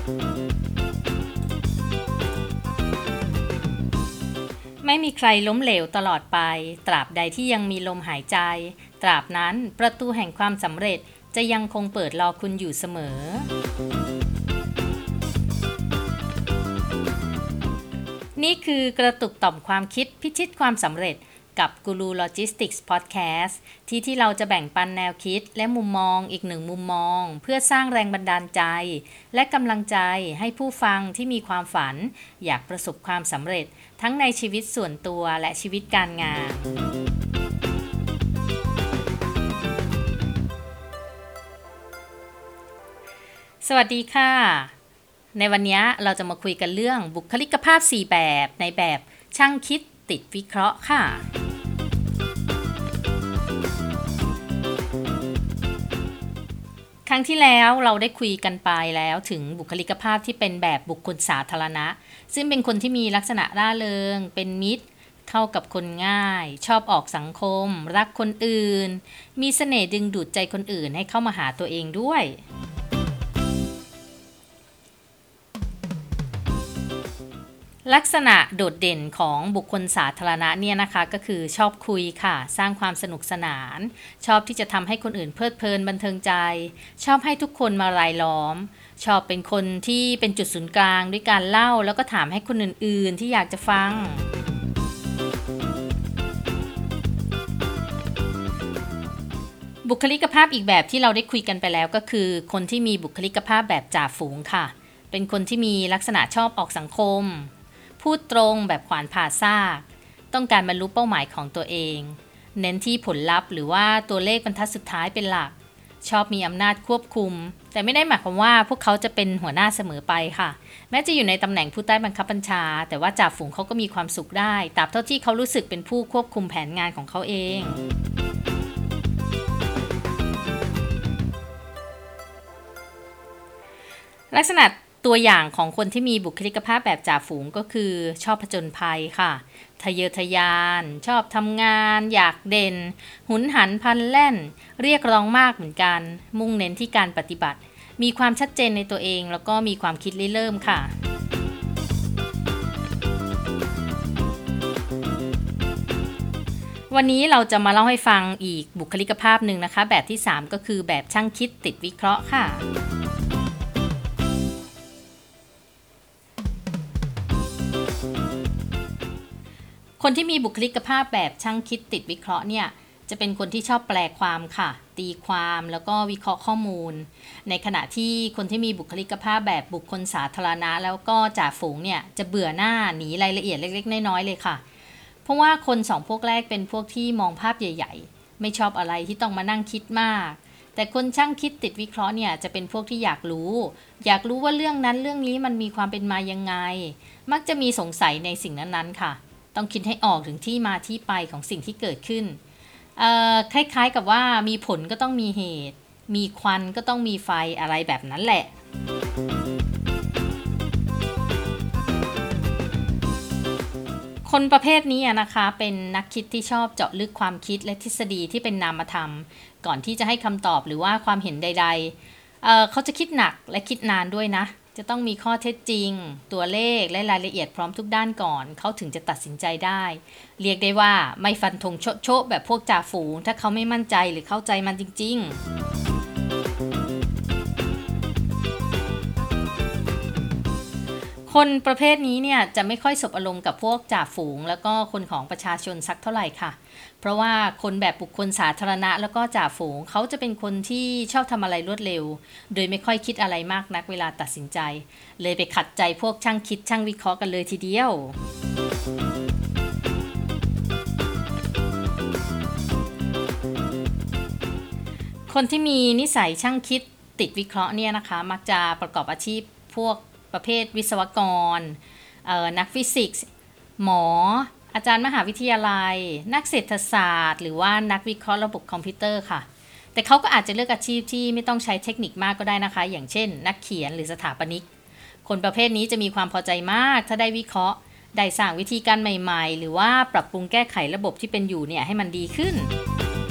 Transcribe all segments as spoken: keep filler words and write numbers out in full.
ไม่มีใครล้มเหลวตลอดไปตราบใดที่ยังมีลมหายใจตราบนั้นประตูแห่งความสำเร็จจะยังคงเปิดรอคุณอยู่เสมอนี่คือกระตุกต่อมความคิดพิชิตความสำเร็จกับกูรูโลจิสติกส์พอดแคสต์ที่ที่เราจะแบ่งปันแนวคิดและมุมมองอีกหนึ่งมุมมองเพื่อสร้างแรงบันดาลใจและกำลังใจให้ผู้ฟังที่มีความฝันอยากประสบความสำเร็จทั้งในชีวิตส่วนตัวและชีวิตการงานสวัสดีค่ะในวันนี้เราจะมาคุยกันเรื่องบุคลิกภาพสี่แบบในแบบช่างคิดติดวิเคราะห์ค่ะครั้งที่แล้วเราได้คุยกันไปแล้วถึงบุคลิกภาพที่เป็นแบบบุคคลสาธารณะซึ่งเป็นคนที่มีลักษณะร่าเริงเป็นมิตรเข้ากับคนง่ายชอบออกสังคมรักคนอื่นมีเสน่ห์ดึงดูดใจคนอื่นให้เข้ามาหาตัวเองด้วยลักษณะโดดเด่นของบุคคลสาธารณะเนี่ยนะคะก็คือชอบคุยค่ะสร้างความสนุกสนานชอบที่จะทำให้คนอื่นเพลิดเพลินบันเทิงใจชอบให้ทุกคนมารายล้อมชอบเป็นคนที่เป็นจุดศูนย์กลางด้วยการเล่าแล้วก็ถามให้คนอื่นๆที่อยากจะฟังบุคลิกภาพอีกแบบที่เราได้คุยกันไปแล้วก็คือคนที่มีบุคลิกภาพแบบจ่าฝูงค่ะเป็นคนที่มีลักษณะชอบออกสังคมพูดตรงแบบขวานผ่าซากต้องการบรรลุเป้าหมายของตัวเองเน้นที่ผลลัพธ์หรือว่าตัวเลขบรรทัดสุดท้ายเป็นหลักชอบมีอำนาจควบคุมแต่ไม่ได้หมายความว่าพวกเขาจะเป็นหัวหน้าเสมอไปค่ะแม้จะอยู่ในตำแหน่งผู้ใต้บังคับบัญชาแต่ว่าจ่าฝูงเขาก็มีความสุขได้ตราบเท่าที่เขารู้สึกเป็นผู้ควบคุมแผนงานของเขาเองลักษณะตัวอย่างของคนที่มีบุคลิกภาพแบบจ่าฝูงก็คือชอบผจญภัยค่ะทะเยอทะยานชอบทำงานอยากเด่นหุนหันพลันแล่นเรียกร้องมากเหมือนกันมุ่งเน้นที่การปฏิบัติมีความชัดเจนในตัวเองแล้วก็มีความคิดริเริ่มค่ะวันนี้เราจะมาเล่าให้ฟังอีกบุคลิกภาพหนึ่งนะคะแบบที่สามก็คือแบบช่างคิดติดวิเคราะห์ค่ะคนที่มีบุคลิกภาพแบบช่างคิดติดวิเคราะห์เนี่ยจะเป็นคนที่ชอบแปลความค่ะตีความแล้วก็วิเคราะห์ข้อมูลในขณะที่คนที่มีบุคลิกภาพแบบบุคคลสาธารณะแล้วก็จ่าฝูงเนี่ยจะเบื่อหน้าหนีรายละเอียดเล็กๆน้อยๆเลยค่ะเพราะว่าคนสองพวกแรกเป็นพวกที่มองภาพใหญ่ๆไม่ชอบอะไรที่ต้องมานั่งคิดมากแต่คนช่างคิดติดวิเคราะห์เนี่ยจะเป็นพวกที่อยากรู้อยากรู้ว่าเรื่องนั้นเรื่องนี้มันมีความเป็นมายังไงมักจะมีสงสัยในสิ่งนั้นๆค่ะต้องคิดให้ออกถึงที่มาที่ไปของสิ่งที่เกิดขึ้นเอ่อคล้ายๆกับว่ามีผลก็ต้องมีเหตุมีควันก็ต้องมีไฟอะไรแบบนั้นแหละคนประเภทนี้นะคะเป็นนักคิดที่ชอบเจาะลึกความคิดและทฤษฎีที่เป็นนามธรรมก่อนที่จะให้คำตอบหรือว่าความเห็นใดๆ เอ่อ เขาจะคิดหนักและคิดนานด้วยนะจะต้องมีข้อเท็จจริงตัวเลขและรายละเอียดพร้อมทุกด้านก่อนเขาถึงจะตัดสินใจได้เรียกได้ว่าไม่ฟันธงโชะๆแบบพวกจ่าฝูงถ้าเขาไม่มั่นใจหรือเข้าใจมันจริงๆคนประเภทนี้เนี่ยจะไม่ค่อยสบอารมณ์กับพวกจ่าฝูงแล้วก็คนของประชาชนสักเท่าไหร่ค่ะเพราะว่าคนแบบบุคคลสาธารณะแล้วก็จ่าฝูงเขาจะเป็นคนที่ชอบทำอะไรรวดเร็วโดยไม่ค่อยคิดอะไรมากนักเวลาตัดสินใจเลยไปขัดใจพวกช่างคิดช่างวิเคราะห์กันเลยทีเดียวคนที่มีนิสัยช่างคิดติดวิเคราะห์เนี่ยนะคะมักจะประกอบอาชีพพวกประเภทวิศวกรเอ่อนักฟิสิกส์หมออาจารย์มหาวิทยาลัยนักเศรษฐศาสตร์หรือว่านักวิเคราะห์ระบบคอมพิวเตอร์ค่ะแต่เขาก็อาจจะเลือกอาชีพที่ไม่ต้องใช้เทคนิคมากก็ได้นะคะอย่างเช่นนักเขียนหรือสถาปนิกคนประเภทนี้จะมีความพอใจมากถ้าได้วิเคราะห์ได้สร้างวิธีการใหม่ๆหรือว่าปรับปรุงแก้ไขระบบที่เป็นอยู่เนี่ยให้มันดีขึ้น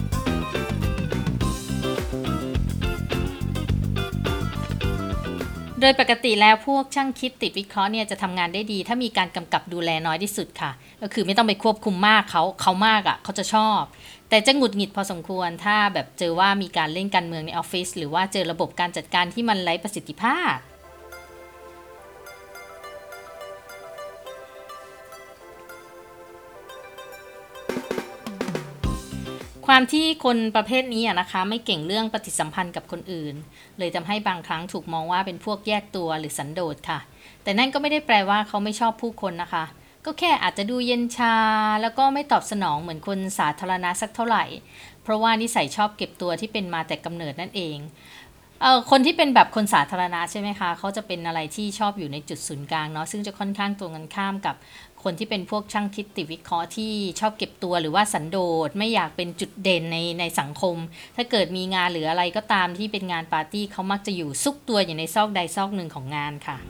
โโดยปกติแล้วพวกช่างคิดติดวิเคราะห์เนี่ยจะทำงานได้ดีถ้ามีการกำกับดูแลน้อยที่สุดค่ะก็คือไม่ต้องไปควบคุมมากเขาเขามากอ่ะเขาจะชอบแต่จะหงุดหงิดพอสมควรถ้าแบบเจอว่ามีการเล่นการเมืองในออฟฟิศหรือว่าเจอระบบการจัดการที่มันไร้ประสิทธิภาพความที่คนประเภทนี้อะนะคะไม่เก่งเรื่องปฏิสัมพันธ์กับคนอื่นเลยทำให้บางครั้งถูกมองว่าเป็นพวกแยกตัวหรือสันโดษค่ะแต่นั่นก็ไม่ได้แปลว่าเขาไม่ชอบผู้คนนะคะก็แค่อาจจะดูเย็นชาแล้วก็ไม่ตอบสนองเหมือนคนสาธารณะสักเท่าไหร่เพราะว่านิสัยชอบเก็บตัวที่เป็นมาแต่กำเนิดนั่นเองเอ่อคนที่เป็นแบบคนสาธารณะใช่ไหมคะเขาจะเป็นอะไรที่ชอบอยู่ในจุดศูนย์กลางเนาะซึ่งจะค่อนข้างตรงกันข้ามกับคนที่เป็นพวกช่างคิดติดวิเคราะห์ที่ชอบเก็บตัวหรือว่าสันโดษไม่อยากเป็นจุดเด่นในในสังคมถ้าเกิดมีงานหรืออะไรก็ตามที่เป็นงานปาร์ตี้เขามักจะอยู่ซุกตัวอยู่ในซอกใดซอกหนึ่งของงานค่ะ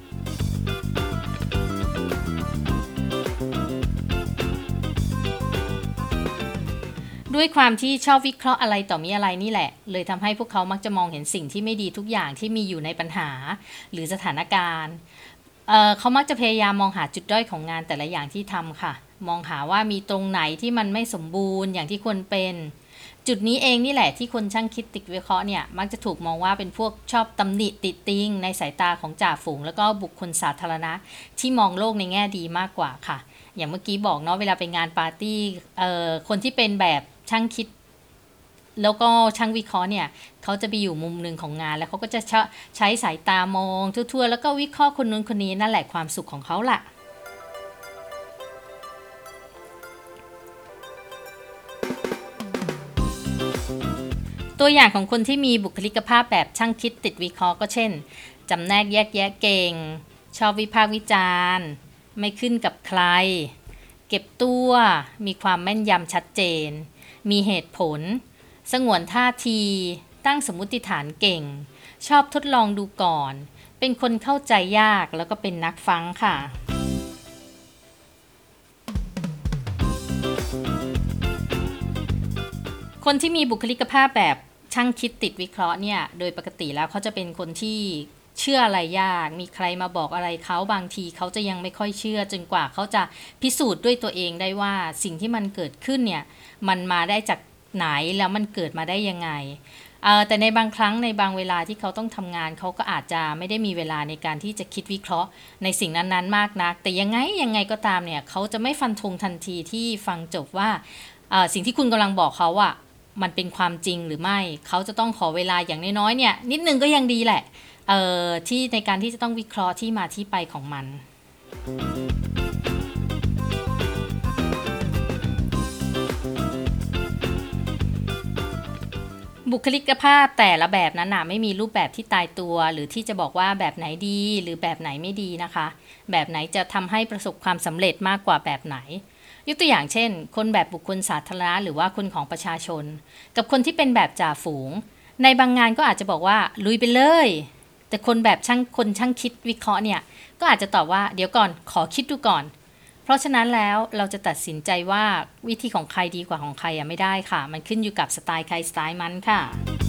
ด้วยความที่ชอบวิเคราะห์อะไรต่อมีอะไรนี่แหละเลยทำให้พวกเขามักจะมองเห็นสิ่งที่ไม่ดีทุกอย่างที่มีอยู่ในปัญหาหรือสถานการณ์เอ่อเขามักจะพยายามมองหาจุดด้อยของงานแต่ละอย่างที่ทำค่ะมองหาว่ามีตรงไหนที่มันไม่สมบูรณ์อย่างที่ควรเป็นจุดนี้เองนี่แหละที่คนช่างคิดติดวิเคราะห์เนี่ยมักจะถูกมองว่าเป็นพวกชอบตำหนิติติงในสายตาของจ่าฝูงแล้วก็บุคคลสาธารณะที่มองโลกในแง่ดีมากกว่าค่ะอย่างเมื่อกี้บอกเนาะเวลาไปงานปาร์ตี้เอ่อคนที่เป็นแบบช่างคิดแล้วก็ช่างวิเคราะห์เนี่ยเขาจะไปอยู่มุมหนึ่งของงานแล้วเขาก็จะใช้สายตามองทั่วๆแล้วก็วิเคราะห์คนนู้นคนนี้นั่นแหละความสุขของเขาล่ะตัวอย่างของคนที่มีบุคลิกภาพแบบช่างคิดติดวิเคราะห์ก็เช่นจำแนกแยกแยะเก่งชอบวิพากษ์วิจารณ์ไม่ขึ้นกับใครเก็บตัวมีความแม่นยำชัดเจนมีเหตุผลสงวนท่าทีตั้งสมมุติฐานเก่งชอบทดลองดูก่อนเป็นคนเข้าใจยากแล้วก็เป็นนักฟังค่ะคนที่มีบุคลิกภาพแบบช่างคิดติดวิเคราะห์เนี่ยโดยปกติแล้วเขาจะเป็นคนที่เชื่ออะไรยากมีใครมาบอกอะไรเขาบางทีเขาจะยังไม่ค่อยเชื่อจนกว่าเขาจะพิสูจน์ด้วยตัวเองได้ว่าสิ่งที่มันเกิดขึ้นเนี่ยมันมาได้จากไหนแล้วมันเกิดมาได้ยังไงแต่ในบางครั้งในบางเวลาที่เขาต้องทำงานเขาก็อาจจะไม่ได้มีเวลาในการที่จะคิดวิเคราะห์ในสิ่งนั้นๆมากนักแต่ยังไงยังไงก็ตามเนี่ยเขาจะไม่ฟันธงทันทีที่ฟังจบว่าสิ่งที่คุณกำลังบอกเขาอะมันเป็นความจริงหรือไม่เขาจะต้องขอเวลาอย่างน้อยๆเนี่ยนิดนึงก็ยังดีแหละที่ในการที่จะต้องวิเคราะห์ที่มาที่ไปของมันบุคลิกภาพแต่ละแบบนั้นน่ะไม่มีรูปแบบที่ตายตัวหรือที่จะบอกว่าแบบไหนดีหรือแบบไหนไม่ดีนะคะแบบไหนจะทำให้ประสบความสำเร็จมากกว่าแบบไหนยกตัวอย่างเช่นคนแบบบุคคลสาธารณะหรือว่าคนของประชาชนกับคนที่เป็นแบบจ่าฝูงในบางงานก็อาจจะบอกว่าลุยไปเลยแต่คนแบบช่างคนช่างคิดวิเคราะห์เนี่ยก็อาจจะตอบว่าเดี๋ยวก่อนขอคิดดูก่อนเพราะฉะนั้นแล้วเราจะตัดสินใจว่าวิธีของใครดีกว่าของใครอ่ะไม่ได้ค่ะมันขึ้นอยู่กับสไตล์ใครสไตล์มันค่ะ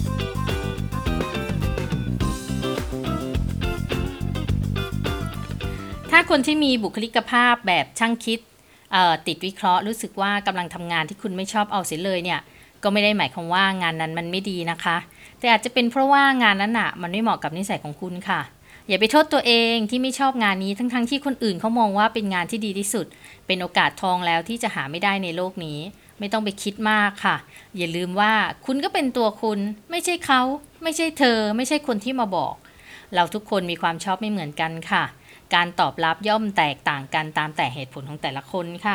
ถ้าคนที่มีบุคลิกภาพแบบช่างคิดติดวิเคราะห์รู้สึกว่ากำลังทำงานที่คุณไม่ชอบเอาเสียเลยเนี่ยก็ไม่ได้หมายความว่างานนั้นมันไม่ดีนะคะแต่อาจจะเป็นเพราะว่างานนั้นน่ะมันไม่เหมาะกับนิสัยของคุณค่ะอย่าไปโทษตัวเองที่ไม่ชอบงานนี้ทั้งๆที่คนอื่นเขามองว่าเป็นงานที่ดีที่สุดเป็นโอกาสทองแล้วที่จะหาไม่ได้ในโลกนี้ไม่ต้องไปคิดมากค่ะอย่าลืมว่าคุณก็เป็นตัวคุณไม่ใช่เขาไม่ใช่เธอไม่ใช่คนที่มาบอกเราทุกคนมีความชอบไม่เหมือนกันค่ะการตอบรับย่อมแตกต่างกันตามแต่เหตุผลของแต่ละคนค่ะ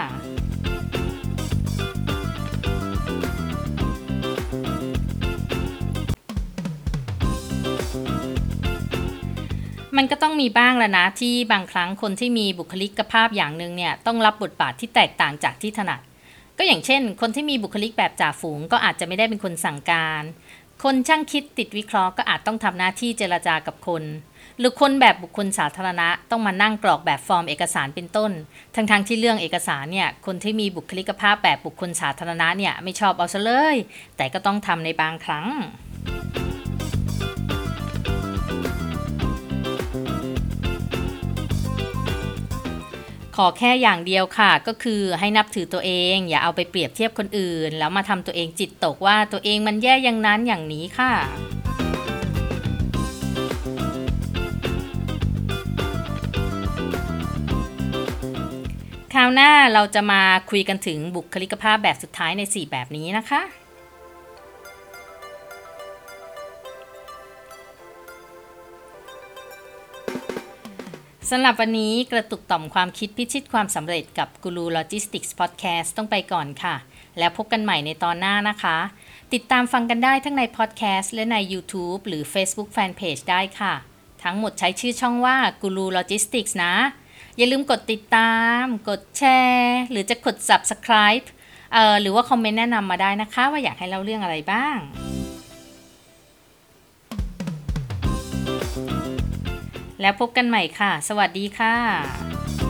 มันก็ต้องมีบ้างแล้วนะที่บางครั้งคนที่มีบุคลิกภาพอย่างหนึ่งเนี่ยต้องรับบทบาทที่แตกต่างจากที่ถนัดก็อย่างเช่นคนที่มีบุคลิกแบบจ่าฝูงก็อาจจะไม่ได้เป็นคนสั่งการคนช่างคิดติดวิเคราะห์ก็อาจต้องทำหน้าที่เจรจากับคนหรือคนแบบบุคคลสาธารณะต้องมานั่งกรอกแบบฟอร์มเอกสารเป็นต้นทั้งๆ ท, ที่เรื่องเอกสารเนี่ยคนที่มีบุคลิกภาพแบบบุคคลสาธารณะเนี่ยไม่ชอบเอาซะเลยแต่ก็ต้องทำในบางครั้งขอแค่อย่างเดียวค่ะก็คือให้นับถือตัวเองอย่าเอาไปเปรียบเทียบคนอื่นแล้วมาทำตัวเองจิตตกว่าตัวเองมันแย่อย่างนั้นอย่างนี้ค่ะคราวหน้าเราจะมาคุยกันถึงบุคลิกภาพแบบสุดท้ายในสี่แบบนี้นะคะสำหรับวันนี้กระตุกต่อมความคิดพิชิตความสำเร็จกับกูรูโลจิสติกส์พอดแคสต์ต้องไปก่อนค่ะแล้วพบกันใหม่ในตอนหน้านะคะติดตามฟังกันได้ทั้งในพอดแคสต์และใน YouTube หรือ Facebook Fanpage ได้ค่ะทั้งหมดใช้ชื่อช่องว่ากูรูโลจิสติกส์นะอย่าลืมกดติดตามกดแชร์หรือจะกด Subscribe เอ่อหรือว่าคอมเมนต์แนะนำมาได้นะคะว่าอยากให้เล่าเรื่องอะไรบ้างแล้วพบกันใหม่ค่ะสวัสดีค่ะ